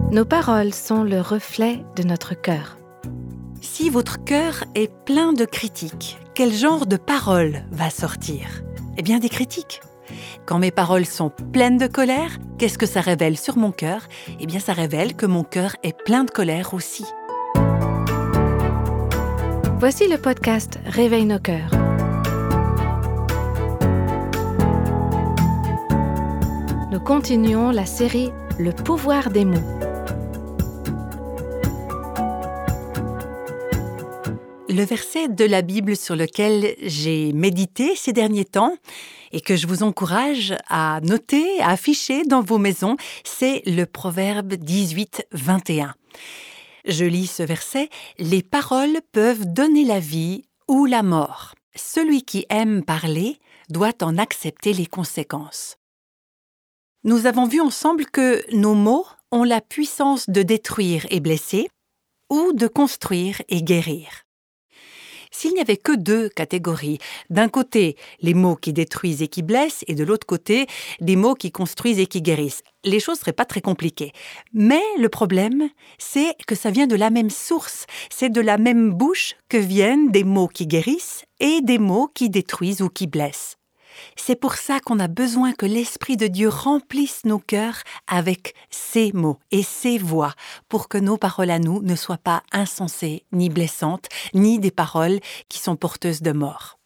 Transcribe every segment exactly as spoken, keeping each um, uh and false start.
Nos paroles sont le reflet de notre cœur. Si votre cœur est plein de critiques, quel genre de paroles va sortir ? Eh bien, des critiques. Quand mes paroles sont pleines de colère, qu'est-ce que ça révèle sur mon cœur ? Eh bien, ça révèle que mon cœur est plein de colère aussi. Voici le podcast Réveille nos cœurs. Nous continuons la série Le pouvoir des mots. Le verset de la Bible sur lequel j'ai médité ces derniers temps et que je vous encourage à noter, à afficher dans vos maisons, c'est le Proverbe dix-huit, vingt et un. Je lis ce verset « Les paroles peuvent donner la vie ou la mort. Celui qui aime parler doit en accepter les conséquences. » Nous avons vu ensemble que nos mots ont la puissance de détruire et blesser ou de construire et guérir. S'il n'y avait que deux catégories, d'un côté les mots qui détruisent et qui blessent, et de l'autre côté des mots qui construisent et qui guérissent, les choses ne seraient pas très compliquées. Mais le problème, c'est que ça vient de la même source, c'est de la même bouche que viennent des mots qui guérissent et des mots qui détruisent ou qui blessent. C'est pour ça qu'on a besoin que l'Esprit de Dieu remplisse nos cœurs avec ses mots et ses voix pour que nos paroles à nous ne soient pas insensées, ni blessantes, ni des paroles qui sont porteuses de mort.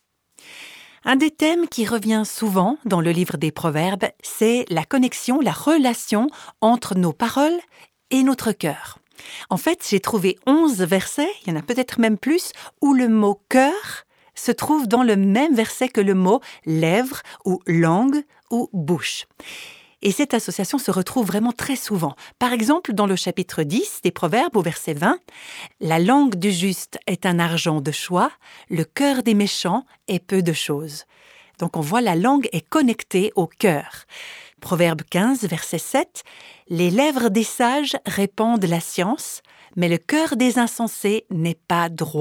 Un des thèmes qui revient souvent dans le livre des Proverbes, c'est la connexion, la relation entre nos paroles et notre cœur. En fait, j'ai trouvé onze versets, il y en a peut-être même plus, où le mot « cœur » se trouve dans le même verset que le mot « lèvres » ou « langue » ou « bouche ». Et cette association se retrouve vraiment très souvent. Par exemple, dans le chapitre dix des Proverbes, au verset vingt, « La langue du juste est un argent de choix, le cœur des méchants est peu de choses. » Donc on voit la langue est connectée au cœur. Proverbe quinze, verset sept, « Les lèvres des sages répandent la science, mais le cœur des insensés n'est pas droit. »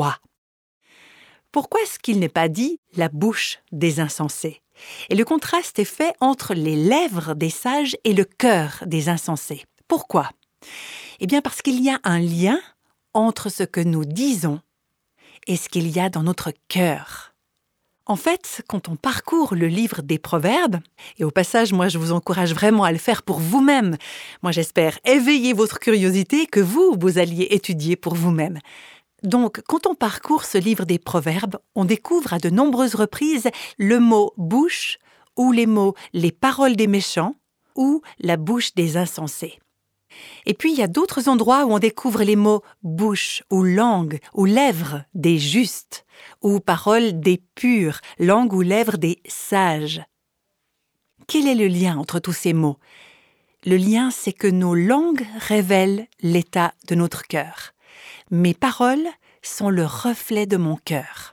Pourquoi est-ce qu'il n'est pas dit « la bouche des insensés » ? Et le contraste est fait entre les lèvres des sages et le cœur des insensés. Pourquoi ? Eh bien parce qu'il y a un lien entre ce que nous disons et ce qu'il y a dans notre cœur. En fait, quand on parcourt le livre des Proverbes, et au passage, moi je vous encourage vraiment à le faire pour vous-même, moi j'espère éveiller votre curiosité que vous, vous alliez étudier pour vous-même. Donc, quand on parcourt ce livre des Proverbes, on découvre à de nombreuses reprises le mot « bouche » ou les mots « les paroles des méchants » ou « la bouche des insensés ». Et puis, il y a d'autres endroits où on découvre les mots « bouche » ou « langue » ou « lèvres » des justes ou « paroles des purs », « langue » ou « lèvres des sages. Quel est le lien entre tous ces mots ? Le lien, c'est que nos langues révèlent l'état de notre cœur. Mes paroles sont le reflet de mon cœur.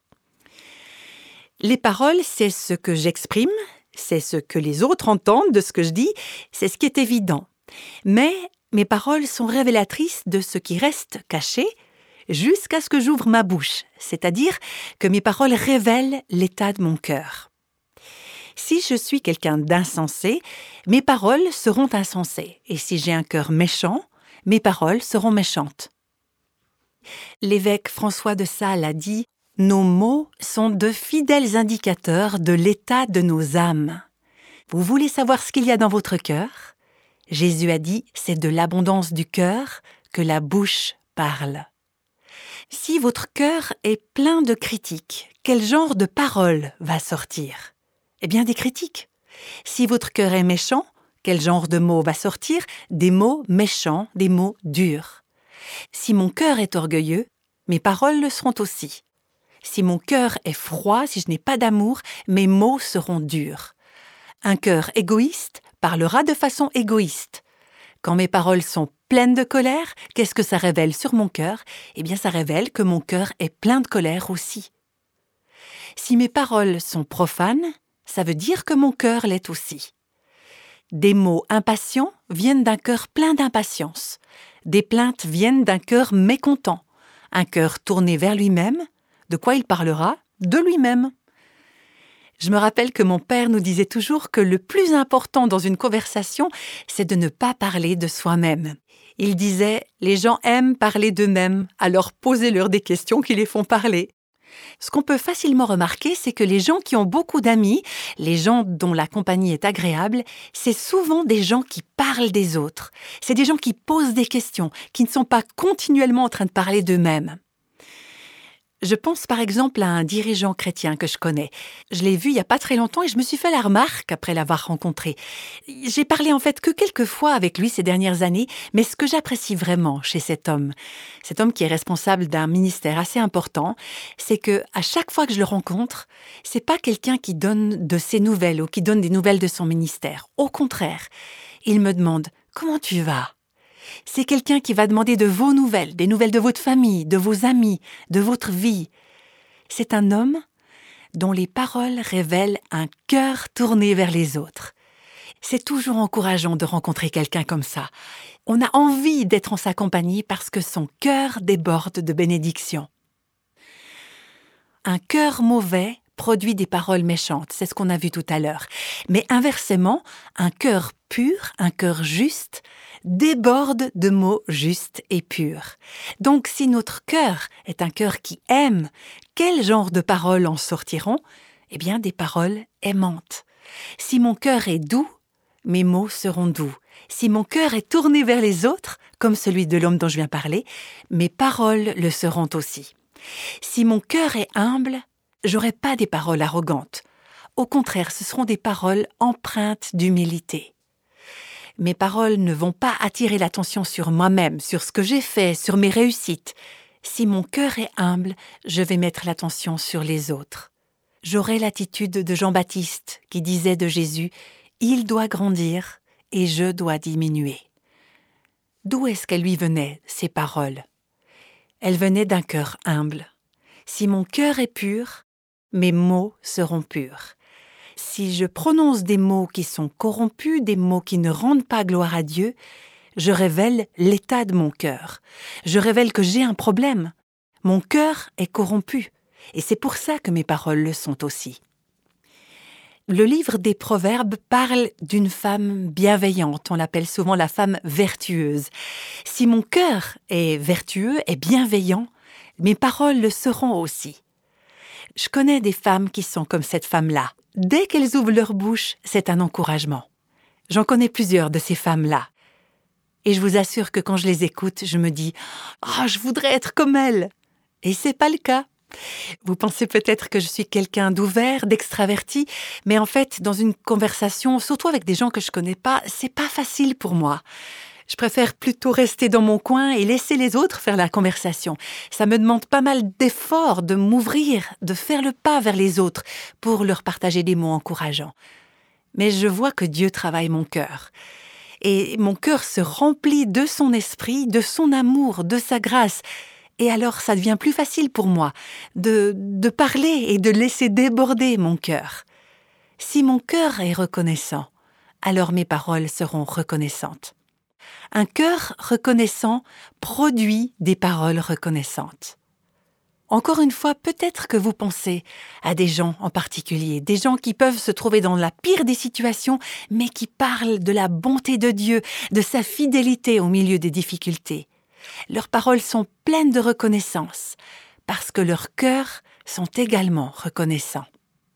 Les paroles, c'est ce que j'exprime, c'est ce que les autres entendent de ce que je dis, c'est ce qui est évident. Mais mes paroles sont révélatrices de ce qui reste caché jusqu'à ce que j'ouvre ma bouche, c'est-à-dire que mes paroles révèlent l'état de mon cœur. Si je suis quelqu'un d'insensé, mes paroles seront insensées. Et si j'ai un cœur méchant, mes paroles seront méchantes. L'évêque François de Sales a dit « Nos mots sont de fidèles indicateurs de l'état de nos âmes. » Vous voulez savoir ce qu'il y a dans votre cœur ? Jésus a dit « C'est de l'abondance du cœur que la bouche parle. » Si votre cœur est plein de critiques, quel genre de parole va sortir ? Eh bien, des critiques. Si votre cœur est méchant, quel genre de mots va sortir ? Des mots méchants, des mots durs. Si mon cœur est orgueilleux, mes paroles le seront aussi. Si mon cœur est froid, si je n'ai pas d'amour, mes mots seront durs. Un cœur égoïste parlera de façon égoïste. Quand mes paroles sont pleines de colère, qu'est-ce que ça révèle sur mon cœur ? Eh bien, ça révèle que mon cœur est plein de colère aussi. Si mes paroles sont profanes, ça veut dire que mon cœur l'est aussi. Des mots impatients viennent d'un cœur plein d'impatience. Des plaintes viennent d'un cœur mécontent. Un cœur tourné vers lui-même, de quoi il parlera ? De lui-même. Je me rappelle que mon père nous disait toujours que le plus important dans une conversation, c'est de ne pas parler de soi-même. Il disait « Les gens aiment parler d'eux-mêmes, alors posez-leur des questions qui les font parler ». Ce qu'on peut facilement remarquer, c'est que les gens qui ont beaucoup d'amis, les gens dont la compagnie est agréable, c'est souvent des gens qui parlent des autres. C'est des gens qui posent des questions, qui ne sont pas continuellement en train de parler d'eux-mêmes. Je pense par exemple à un dirigeant chrétien que je connais. Je l'ai vu il n'y a pas très longtemps et je me suis fait la remarque après l'avoir rencontré. J'ai parlé en fait que quelques fois avec lui ces dernières années, mais ce que j'apprécie vraiment chez cet homme, cet homme qui est responsable d'un ministère assez important, c'est que à chaque fois que je le rencontre, c'est pas quelqu'un qui donne de ses nouvelles ou qui donne des nouvelles de son ministère. Au contraire, il me demande « Comment tu vas ?» C'est quelqu'un qui va demander de vos nouvelles, des nouvelles de votre famille, de vos amis, de votre vie. C'est un homme dont les paroles révèlent un cœur tourné vers les autres. C'est toujours encourageant de rencontrer quelqu'un comme ça. On a envie d'être en sa compagnie parce que son cœur déborde de bénédictions. Un cœur mauvais produit des paroles méchantes, c'est ce qu'on a vu tout à l'heure. Mais inversement, un cœur pur, un cœur juste, déborde de mots justes et purs. Donc si notre cœur est un cœur qui aime, quel genre de paroles en sortiront ? Eh bien des paroles aimantes. Si mon cœur est doux, mes mots seront doux. Si mon cœur est tourné vers les autres, comme celui de l'homme dont je viens parler, mes paroles le seront aussi. Si mon cœur est humble, j'aurai pas des paroles arrogantes. Au contraire, ce seront des paroles empreintes d'humilité. Mes paroles ne vont pas attirer l'attention sur moi-même, sur ce que j'ai fait, sur mes réussites. Si mon cœur est humble, je vais mettre l'attention sur les autres. J'aurai l'attitude de Jean-Baptiste qui disait de Jésus « Il doit grandir et je dois diminuer ». D'où est-ce qu'elles lui venaient, ces paroles ? Elles venaient d'un cœur humble. Si mon cœur est pur, mes mots seront purs. Si je prononce des mots qui sont corrompus, des mots qui ne rendent pas gloire à Dieu, je révèle l'état de mon cœur. Je révèle que j'ai un problème. Mon cœur est corrompu. Et c'est pour ça que mes paroles le sont aussi. Le livre des Proverbes parle d'une femme bienveillante. On l'appelle souvent la femme vertueuse. Si mon cœur est vertueux et bienveillant, mes paroles le seront aussi. Je connais des femmes qui sont comme cette femme-là. Dès qu'elles ouvrent leur bouche, c'est un encouragement. J'en connais plusieurs de ces femmes-là. Et je vous assure que quand je les écoute, je me dis « Oh, je voudrais être comme elles !» Et c'est pas le cas. Vous pensez peut-être que je suis quelqu'un d'ouvert, d'extraverti, mais en fait, dans une conversation, surtout avec des gens que je connais pas, c'est pas facile pour moi. Je préfère plutôt rester dans mon coin et laisser les autres faire la conversation. Ça me demande pas mal d'efforts de m'ouvrir, de faire le pas vers les autres pour leur partager des mots encourageants. Mais je vois que Dieu travaille mon cœur. Et mon cœur se remplit de son esprit, de son amour, de sa grâce. Et alors ça devient plus facile pour moi de, de parler et de laisser déborder mon cœur. Si mon cœur est reconnaissant, alors mes paroles seront reconnaissantes. Un cœur reconnaissant produit des paroles reconnaissantes. Encore une fois, peut-être que vous pensez à des gens en particulier, des gens qui peuvent se trouver dans la pire des situations, mais qui parlent de la bonté de Dieu, de sa fidélité au milieu des difficultés. Leurs paroles sont pleines de reconnaissance, parce que leurs cœurs sont également reconnaissants.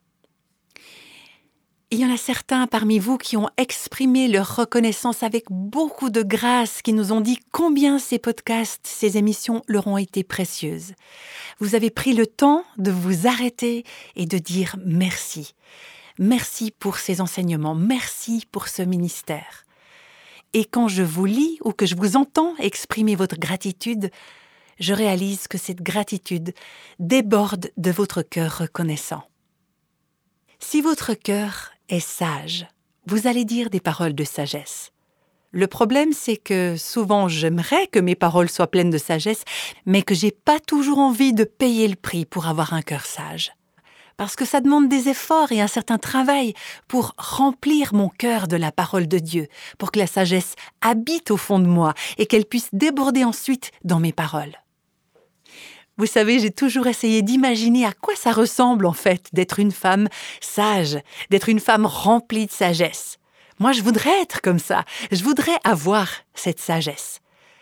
Il y en a certains parmi vous qui ont exprimé leur reconnaissance avec beaucoup de grâce, qui nous ont dit combien ces podcasts, ces émissions leur ont été précieuses. Vous avez pris le temps de vous arrêter et de dire merci. Merci pour ces enseignements, merci pour ce ministère. Et quand je vous lis ou que je vous entends exprimer votre gratitude, je réalise que cette gratitude déborde de votre cœur reconnaissant. Si votre cœur est sage, vous allez dire des paroles de sagesse. Le problème, c'est que souvent j'aimerais que mes paroles soient pleines de sagesse, mais que j'ai pas toujours envie de payer le prix pour avoir un cœur sage. Parce que ça demande des efforts et un certain travail pour remplir mon cœur de la parole de Dieu, pour que la sagesse habite au fond de moi et qu'elle puisse déborder ensuite dans mes paroles. Vous savez, j'ai toujours essayé d'imaginer à quoi ça ressemble en fait d'être une femme sage, d'être une femme remplie de sagesse. Moi, je voudrais être comme ça, je voudrais avoir cette sagesse.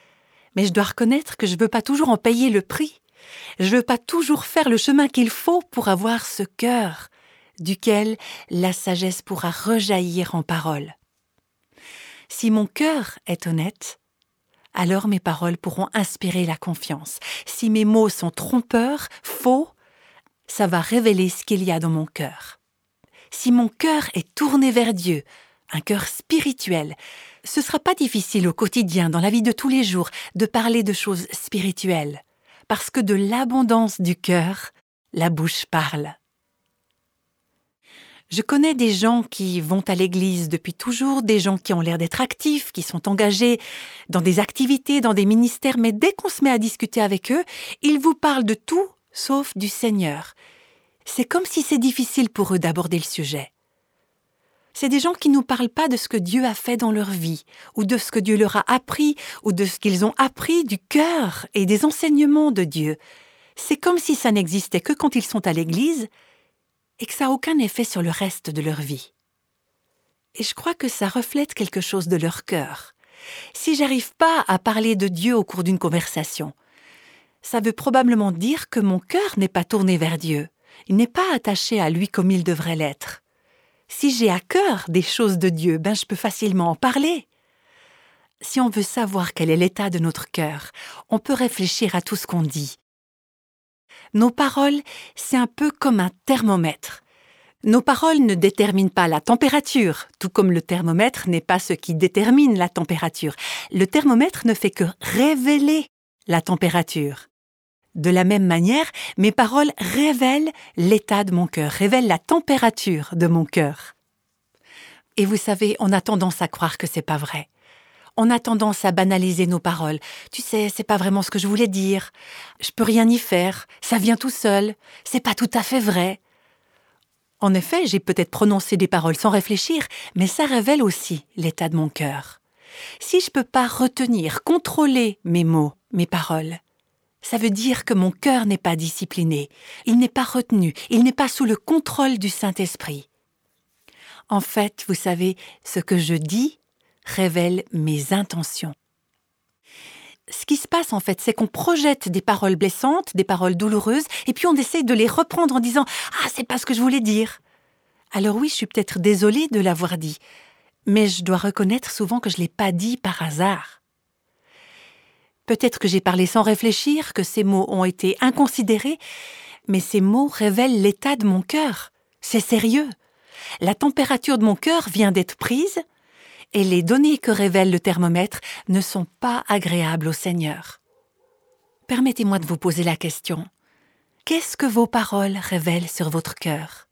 Mais je dois reconnaître que je ne veux pas toujours en payer le prix. Je ne veux pas toujours faire le chemin qu'il faut pour avoir ce cœur duquel la sagesse pourra rejaillir en paroles. Si mon cœur est honnête, alors mes paroles pourront inspirer la confiance. Si mes mots sont trompeurs, faux, ça va révéler ce qu'il y a dans mon cœur. Si mon cœur est tourné vers Dieu, un cœur spirituel, ce ne sera pas difficile au quotidien, dans la vie de tous les jours, de parler de choses spirituelles, parce que de l'abondance du cœur, la bouche parle. Je connais des gens qui vont à l'église depuis toujours, des gens qui ont l'air d'être actifs, qui sont engagés dans des activités, dans des ministères, mais dès qu'on se met à discuter avec eux, ils vous parlent de tout sauf du Seigneur. C'est comme si c'est difficile pour eux d'aborder le sujet. C'est des gens qui ne nous parlent pas de ce que Dieu a fait dans leur vie, ou de ce que Dieu leur a appris, ou de ce qu'ils ont appris du cœur et des enseignements de Dieu. C'est comme si ça n'existait que quand ils sont à l'église, et que ça n'a aucun effet sur le reste de leur vie. Et je crois que ça reflète quelque chose de leur cœur. Si j'arrive pas à parler de Dieu au cours d'une conversation, ça veut probablement dire que mon cœur n'est pas tourné vers Dieu. Il n'est pas attaché à lui comme il devrait l'être. Si j'ai à cœur des choses de Dieu, ben je peux facilement en parler. Si on veut savoir quel est l'état de notre cœur, on peut réfléchir à tout ce qu'on dit. Nos paroles, c'est un peu comme un thermomètre. Nos paroles ne déterminent pas la température, tout comme le thermomètre n'est pas ce qui détermine la température. Le thermomètre ne fait que révéler la température. De la même manière, mes paroles révèlent l'état de mon cœur, révèlent la température de mon cœur. Et vous savez, on a tendance à croire que c'est pas vrai. On a tendance à banaliser nos paroles. Tu sais, c'est pas vraiment ce que je voulais dire. Je peux rien y faire. Ça vient tout seul. C'est pas tout à fait vrai. En effet, j'ai peut-être prononcé des paroles sans réfléchir, mais ça révèle aussi l'état de mon cœur. Si je peux pas retenir, contrôler mes mots, mes paroles, ça veut dire que mon cœur n'est pas discipliné. Il n'est pas retenu. Il n'est pas sous le contrôle du Saint-Esprit. En fait, vous savez, ce que je dis révèle mes intentions. Ce qui se passe en fait, c'est qu'on projette des paroles blessantes, des paroles douloureuses, et puis on essaye de les reprendre en disant « Ah, c'est pas ce que je voulais dire !» Alors oui, je suis peut-être désolée de l'avoir dit, mais je dois reconnaître souvent que je ne l'ai pas dit par hasard. Peut-être que j'ai parlé sans réfléchir, que ces mots ont été inconsidérés, mais ces mots révèlent l'état de mon cœur. C'est sérieux. La température de mon cœur vient d'être prise, et les données que révèle le thermomètre ne sont pas agréables au Seigneur. Permettez-moi de vous poser la question. Qu'est-ce que vos paroles révèlent sur votre cœur?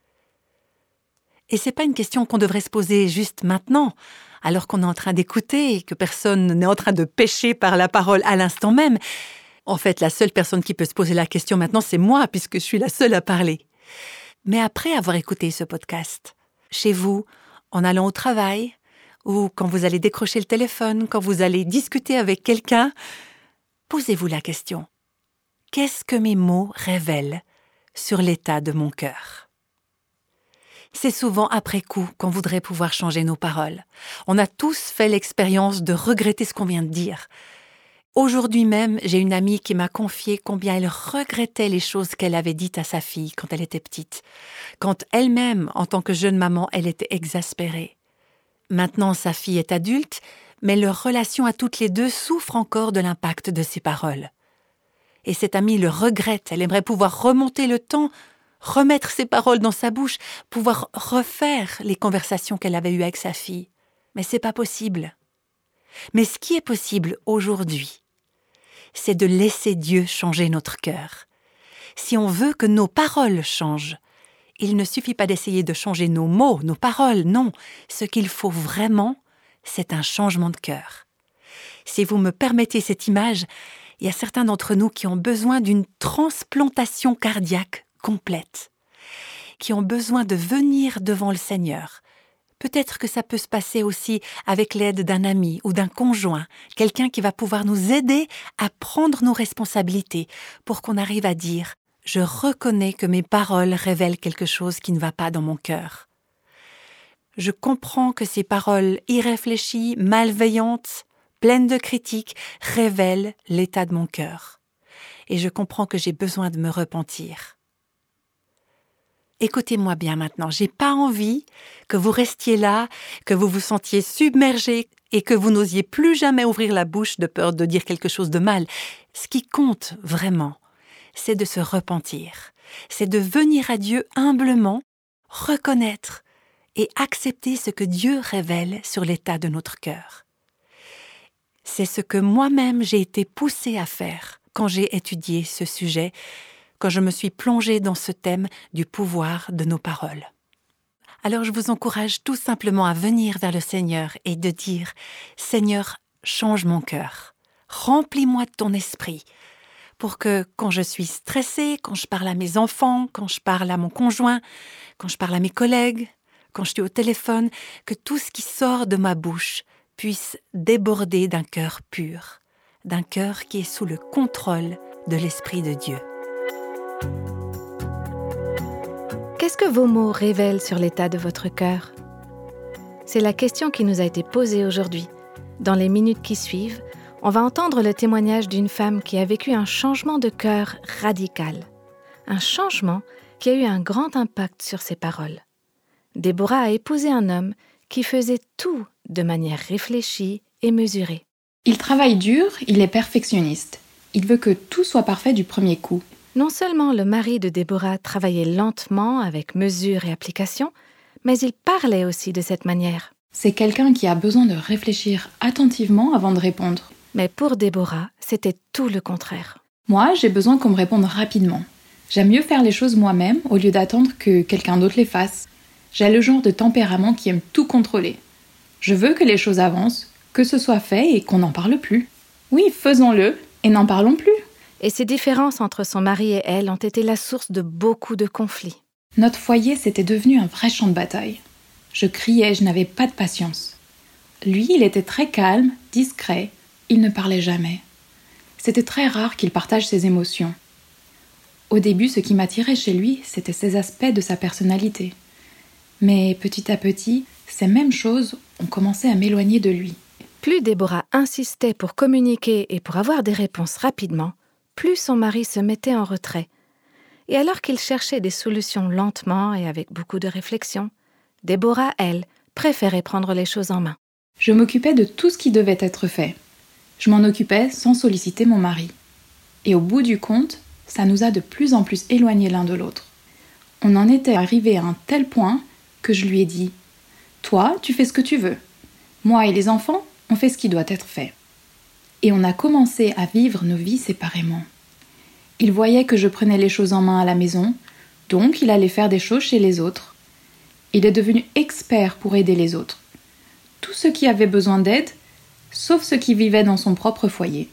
Et ce n'est pas une question qu'on devrait se poser juste maintenant, alors qu'on est en train d'écouter et que personne n'est en train de pécher par la parole à l'instant même. En fait, la seule personne qui peut se poser la question maintenant, c'est moi, puisque je suis la seule à parler. Mais après avoir écouté ce podcast, chez vous, en allant au travail, ou quand vous allez décrocher le téléphone, quand vous allez discuter avec quelqu'un, posez-vous la question. Qu'est-ce que mes mots révèlent sur l'état de mon cœur? C'est souvent après coup qu'on voudrait pouvoir changer nos paroles. On a tous fait l'expérience de regretter ce qu'on vient de dire. Aujourd'hui même, j'ai une amie qui m'a confié combien elle regrettait les choses qu'elle avait dites à sa fille quand elle était petite. Quand elle-même, en tant que jeune maman, elle était exaspérée. Maintenant, sa fille est adulte, mais leur relation à toutes les deux souffre encore de l'impact de ses paroles. Et cette amie le regrette, elle aimerait pouvoir remonter le temps, remettre ses paroles dans sa bouche, pouvoir refaire les conversations qu'elle avait eues avec sa fille. Mais c'est pas possible. Mais ce qui est possible aujourd'hui, c'est de laisser Dieu changer notre cœur. Si on veut que nos paroles changent, il ne suffit pas d'essayer de changer nos mots, nos paroles, non. Ce qu'il faut vraiment, c'est un changement de cœur. Si vous me permettez cette image, il y a certains d'entre nous qui ont besoin d'une transplantation cardiaque complète, qui ont besoin de venir devant le Seigneur. Peut-être que ça peut se passer aussi avec l'aide d'un ami ou d'un conjoint, quelqu'un qui va pouvoir nous aider à prendre nos responsabilités pour qu'on arrive à dire « Je reconnais que mes paroles révèlent quelque chose qui ne va pas dans mon cœur. Je comprends que ces paroles irréfléchies, malveillantes, pleine de critiques, révèle l'état de mon cœur. Et je comprends que j'ai besoin de me repentir. Écoutez-moi bien maintenant, j'ai pas envie que vous restiez là, que vous vous sentiez submergé et que vous n'osiez plus jamais ouvrir la bouche de peur de dire quelque chose de mal. Ce qui compte vraiment, c'est de se repentir, c'est de venir à Dieu humblement, reconnaître et accepter ce que Dieu révèle sur l'état de notre cœur. C'est ce que moi-même j'ai été poussée à faire quand j'ai étudié ce sujet, quand je me suis plongée dans ce thème du pouvoir de nos paroles. Alors je vous encourage tout simplement à venir vers le Seigneur et de dire « Seigneur, change mon cœur, remplis-moi de ton esprit » pour que quand je suis stressée, quand je parle à mes enfants, quand je parle à mon conjoint, quand je parle à mes collègues, quand je suis au téléphone, que tout ce qui sort de ma bouche puisse déborder d'un cœur pur, d'un cœur qui est sous le contrôle de l'Esprit de Dieu. Qu'est-ce que vos mots révèlent sur l'état de votre cœur ? C'est la question qui nous a été posée aujourd'hui. Dans les minutes qui suivent, on va entendre le témoignage d'une femme qui a vécu un changement de cœur radical. Un changement qui a eu un grand impact sur ses paroles. Déborah a épousé un homme qui faisait tout de manière réfléchie et mesurée. Il travaille dur, il est perfectionniste. Il veut que tout soit parfait du premier coup. Non seulement le mari de Déborah travaillait lentement avec mesure et application, mais il parlait aussi de cette manière. C'est quelqu'un qui a besoin de réfléchir attentivement avant de répondre. Mais pour Déborah, c'était tout le contraire. Moi, j'ai besoin qu'on me réponde rapidement. J'aime mieux faire les choses moi-même au lieu d'attendre que quelqu'un d'autre les fasse. J'ai le genre de tempérament qui aime tout contrôler. Je veux que les choses avancent, que ce soit fait et qu'on n'en parle plus. Oui, faisons-le et n'en parlons plus. Et ces différences entre son mari et elle ont été la source de beaucoup de conflits. Notre foyer, c'était devenu un vrai champ de bataille. Je criais, je n'avais pas de patience. Lui, il était très calme, discret, il ne parlait jamais. C'était très rare qu'il partage ses émotions. Au début, ce qui m'attirait chez lui, c'était ces aspects de sa personnalité. Mais petit à petit, ces mêmes choses ont commencé à m'éloigner de lui. Plus Déborah insistait pour communiquer et pour avoir des réponses rapidement, plus son mari se mettait en retrait. Et alors qu'il cherchait des solutions lentement et avec beaucoup de réflexion, Déborah, elle, préférait prendre les choses en main. Je m'occupais de tout ce qui devait être fait. Je m'en occupais sans solliciter mon mari. Et au bout du compte, ça nous a de plus en plus éloignés l'un de l'autre. On en était arrivé à un tel point que je lui ai dit « Toi, tu fais ce que tu veux. Moi et les enfants, on fait ce qui doit être fait. » Et on a commencé à vivre nos vies séparément. Il voyait que je prenais les choses en main à la maison, donc il allait faire des choses chez les autres. Il est devenu expert pour aider les autres. Tous ceux qui avaient besoin d'aide, sauf ceux qui vivaient dans son propre foyer.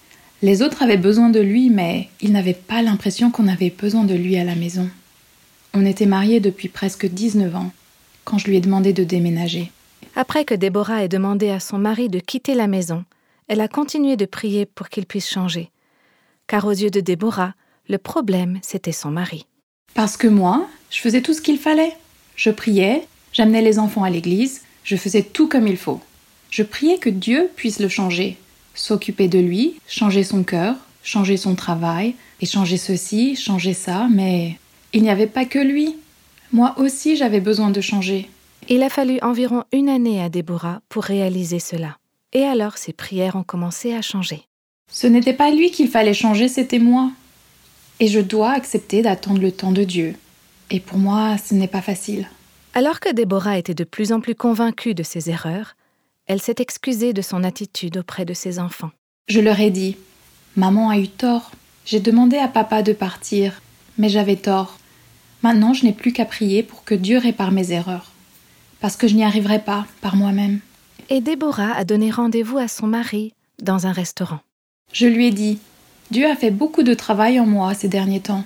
Les autres avaient besoin de lui, mais il n'avait pas l'impression qu'on avait besoin de lui à la maison. On était mariés depuis presque dix-neuf ans, quand je lui ai demandé de déménager. Après que Déborah ait demandé à son mari de quitter la maison, elle a continué de prier pour qu'il puisse changer. Car aux yeux de Déborah, le problème, c'était son mari. Parce que moi, je faisais tout ce qu'il fallait. Je priais, j'amenais les enfants à l'église, je faisais tout comme il faut. Je priais que Dieu puisse le changer, s'occuper de lui, changer son cœur, changer son travail, et changer ceci, changer ça, mais il n'y avait pas que lui. Moi aussi, j'avais besoin de changer. Il a fallu environ une année à Déborah pour réaliser cela. Et alors, ses prières ont commencé à changer. Ce n'était pas lui qu'il fallait changer, c'était moi. Et je dois accepter d'attendre le temps de Dieu. Et pour moi, ce n'est pas facile. Alors que Déborah était de plus en plus convaincue de ses erreurs, elle s'est excusée de son attitude auprès de ses enfants. Je leur ai dit « Maman a eu tort. J'ai demandé à papa de partir, mais j'avais tort. Maintenant, je n'ai plus qu'à prier pour que Dieu répare mes erreurs. Parce que je n'y arriverai pas par moi-même. » Et Déborah a donné rendez-vous à son mari dans un restaurant. Je lui ai dit « Dieu a fait beaucoup de travail en moi ces derniers temps.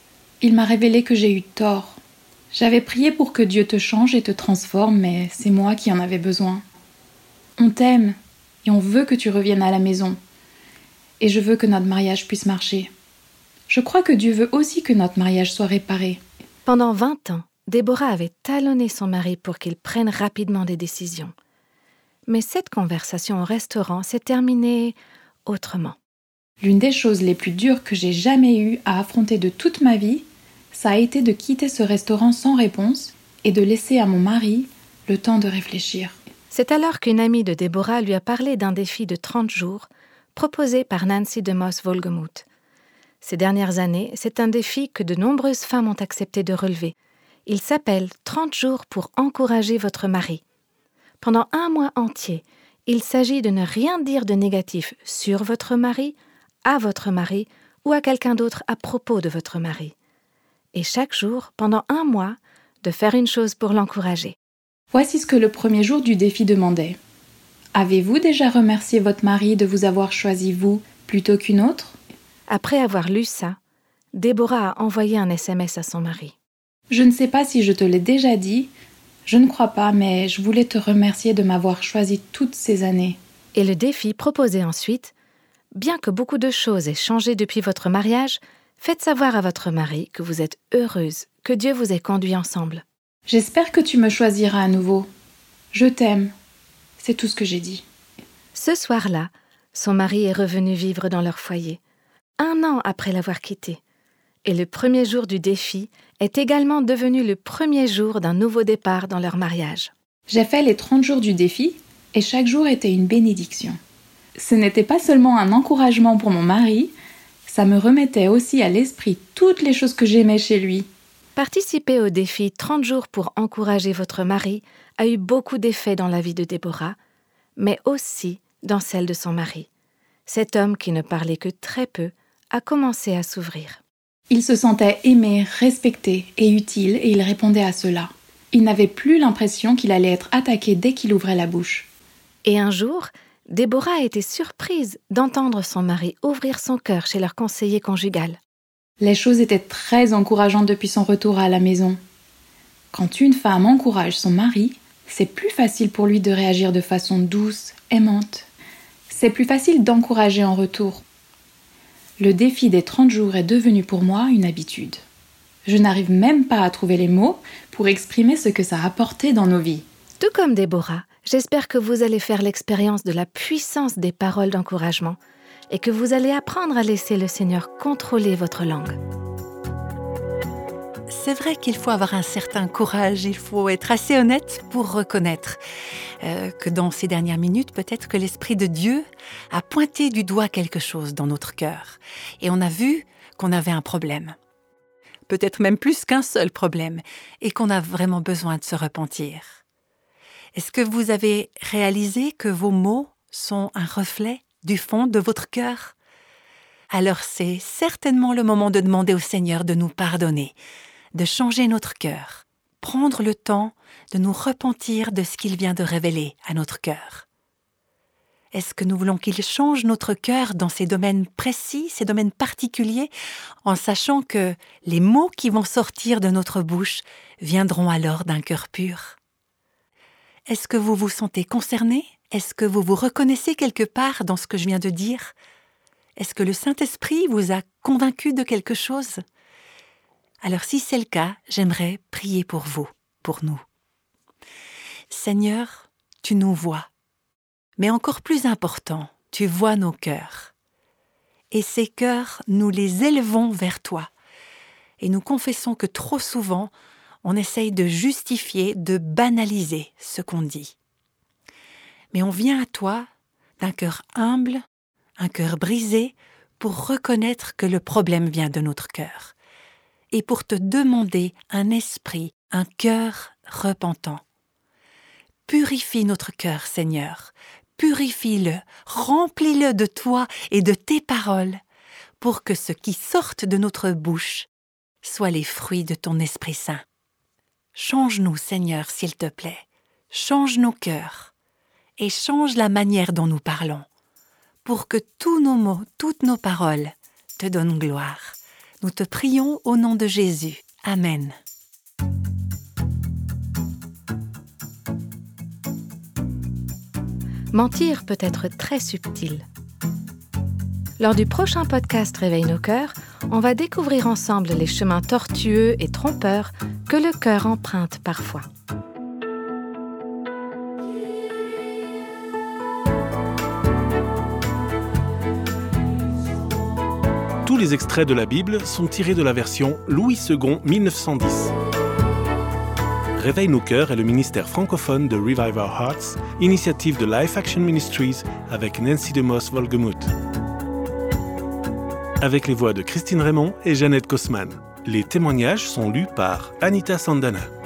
Il m'a révélé que j'ai eu tort. J'avais prié pour que Dieu te change et te transforme, mais c'est moi qui en avais besoin. On t'aime et on veut que tu reviennes à la maison. Et je veux que notre mariage puisse marcher. Je crois que Dieu veut aussi que notre mariage soit réparé. » Pendant vingt ans, Déborah avait talonné son mari pour qu'il prenne rapidement des décisions. Mais cette conversation au restaurant s'est terminée autrement. L'une des choses les plus dures que j'ai jamais eues à affronter de toute ma vie, ça a été de quitter ce restaurant sans réponse et de laisser à mon mari le temps de réfléchir. C'est alors qu'une amie de Déborah lui a parlé d'un défi de trente jours proposé par Nancy DeMoss Wolgemuth. Ces dernières années, c'est un défi que de nombreuses femmes ont accepté de relever. Il s'appelle « trente jours pour encourager votre mari ». Pendant un mois entier, il s'agit de ne rien dire de négatif sur votre mari, à votre mari ou à quelqu'un d'autre à propos de votre mari. Et chaque jour, pendant un mois, de faire une chose pour l'encourager. Voici ce que le premier jour du défi demandait. Avez-vous déjà remercié votre mari de vous avoir choisi vous plutôt qu'une autre ? Après avoir lu ça, Déborah a envoyé un S M S à son mari. Je ne sais pas si je te l'ai déjà dit, je ne crois pas, mais je voulais te remercier de m'avoir choisi toutes ces années. Et le défi proposait ensuite, bien que beaucoup de choses aient changé depuis votre mariage, faites savoir à votre mari que vous êtes heureuse, que Dieu vous ait conduit ensemble. J'espère que tu me choisiras à nouveau. Je t'aime. C'est tout ce que j'ai dit. Ce soir-là, son mari est revenu vivre dans leur foyer, un an après l'avoir quitté. Et le premier jour du défi est également devenu le premier jour d'un nouveau départ dans leur mariage. J'ai fait les trente jours du défi et chaque jour était une bénédiction. Ce n'était pas seulement un encouragement pour mon mari, ça me remettait aussi à l'esprit toutes les choses que j'aimais chez lui. Participer au défi trente jours pour encourager votre mari a eu beaucoup d'effets dans la vie de Déborah, mais aussi dans celle de son mari. Cet homme qui ne parlait que très peu a commencé à s'ouvrir. Il se sentait aimé, respecté et utile et il répondait à cela. Il n'avait plus l'impression qu'il allait être attaqué dès qu'il ouvrait la bouche. Et un jour, Déborah a été surprise d'entendre son mari ouvrir son cœur chez leur conseiller conjugal. Les choses étaient très encourageantes depuis son retour à la maison. Quand une femme encourage son mari, c'est plus facile pour lui de réagir de façon douce, aimante. C'est plus facile d'encourager en retour. Le défi des trente jours est devenu pour moi une habitude. Je n'arrive même pas à trouver les mots pour exprimer ce que ça a apporté dans nos vies. Tout comme Déborah, j'espère que vous allez faire l'expérience de la puissance des paroles d'encouragement et que vous allez apprendre à laisser le Seigneur contrôler votre langue. C'est vrai qu'il faut avoir un certain courage, il faut être assez honnête pour reconnaître euh, que dans ces dernières minutes, peut-être que l'Esprit de Dieu a pointé du doigt quelque chose dans notre cœur. Et on a vu qu'on avait un problème. Peut-être même plus qu'un seul problème, et qu'on a vraiment besoin de se repentir. Est-ce que vous avez réalisé que vos mots sont un reflet du fond de votre cœur? Alors c'est certainement le moment de demander au Seigneur de nous pardonner, de changer notre cœur, prendre le temps de nous repentir de ce qu'il vient de révéler à notre cœur. Est-ce que nous voulons qu'il change notre cœur dans ces domaines précis, ces domaines particuliers, en sachant que les mots qui vont sortir de notre bouche viendront alors d'un cœur pur? Est-ce que vous vous sentez concerné? Est-ce que vous vous reconnaissez quelque part dans ce que je viens de dire? Est-ce que le Saint-Esprit vous a convaincu de quelque chose? Alors si c'est le cas, j'aimerais prier pour vous, pour nous. Seigneur, tu nous vois. Mais encore plus important, tu vois nos cœurs. Et ces cœurs, nous les élevons vers toi. Et nous confessons que trop souvent, on essaye de justifier, de banaliser ce qu'on dit. Mais on vient à toi d'un cœur humble, un cœur brisé, pour reconnaître que le problème vient de notre cœur. Et pour te demander un esprit, un cœur repentant. Purifie notre cœur, Seigneur. Purifie-le, remplis-le de toi et de tes paroles, pour que ce qui sorte de notre bouche soit les fruits de ton Esprit Saint. Change-nous, Seigneur, s'il te plaît. Change nos cœurs et change la manière dont nous parlons, pour que tous nos mots, toutes nos paroles te donnent gloire. Nous te prions au nom de Jésus. Amen. Mentir peut être très subtil. Lors du prochain podcast Réveille nos cœurs, on va découvrir ensemble les chemins tortueux et trompeurs que le cœur emprunte parfois. les extraits de la Bible sont tirés de la version Louis second mille neuf cent dix. Réveille nos cœurs est le ministère francophone de Revive Our Hearts, initiative de Life Action Ministries avec Nancy DeMoss Wolgemuth. Avec les voix de Christine Raymond et Jeannette Kosman. Les témoignages sont lus par Anita Sandana.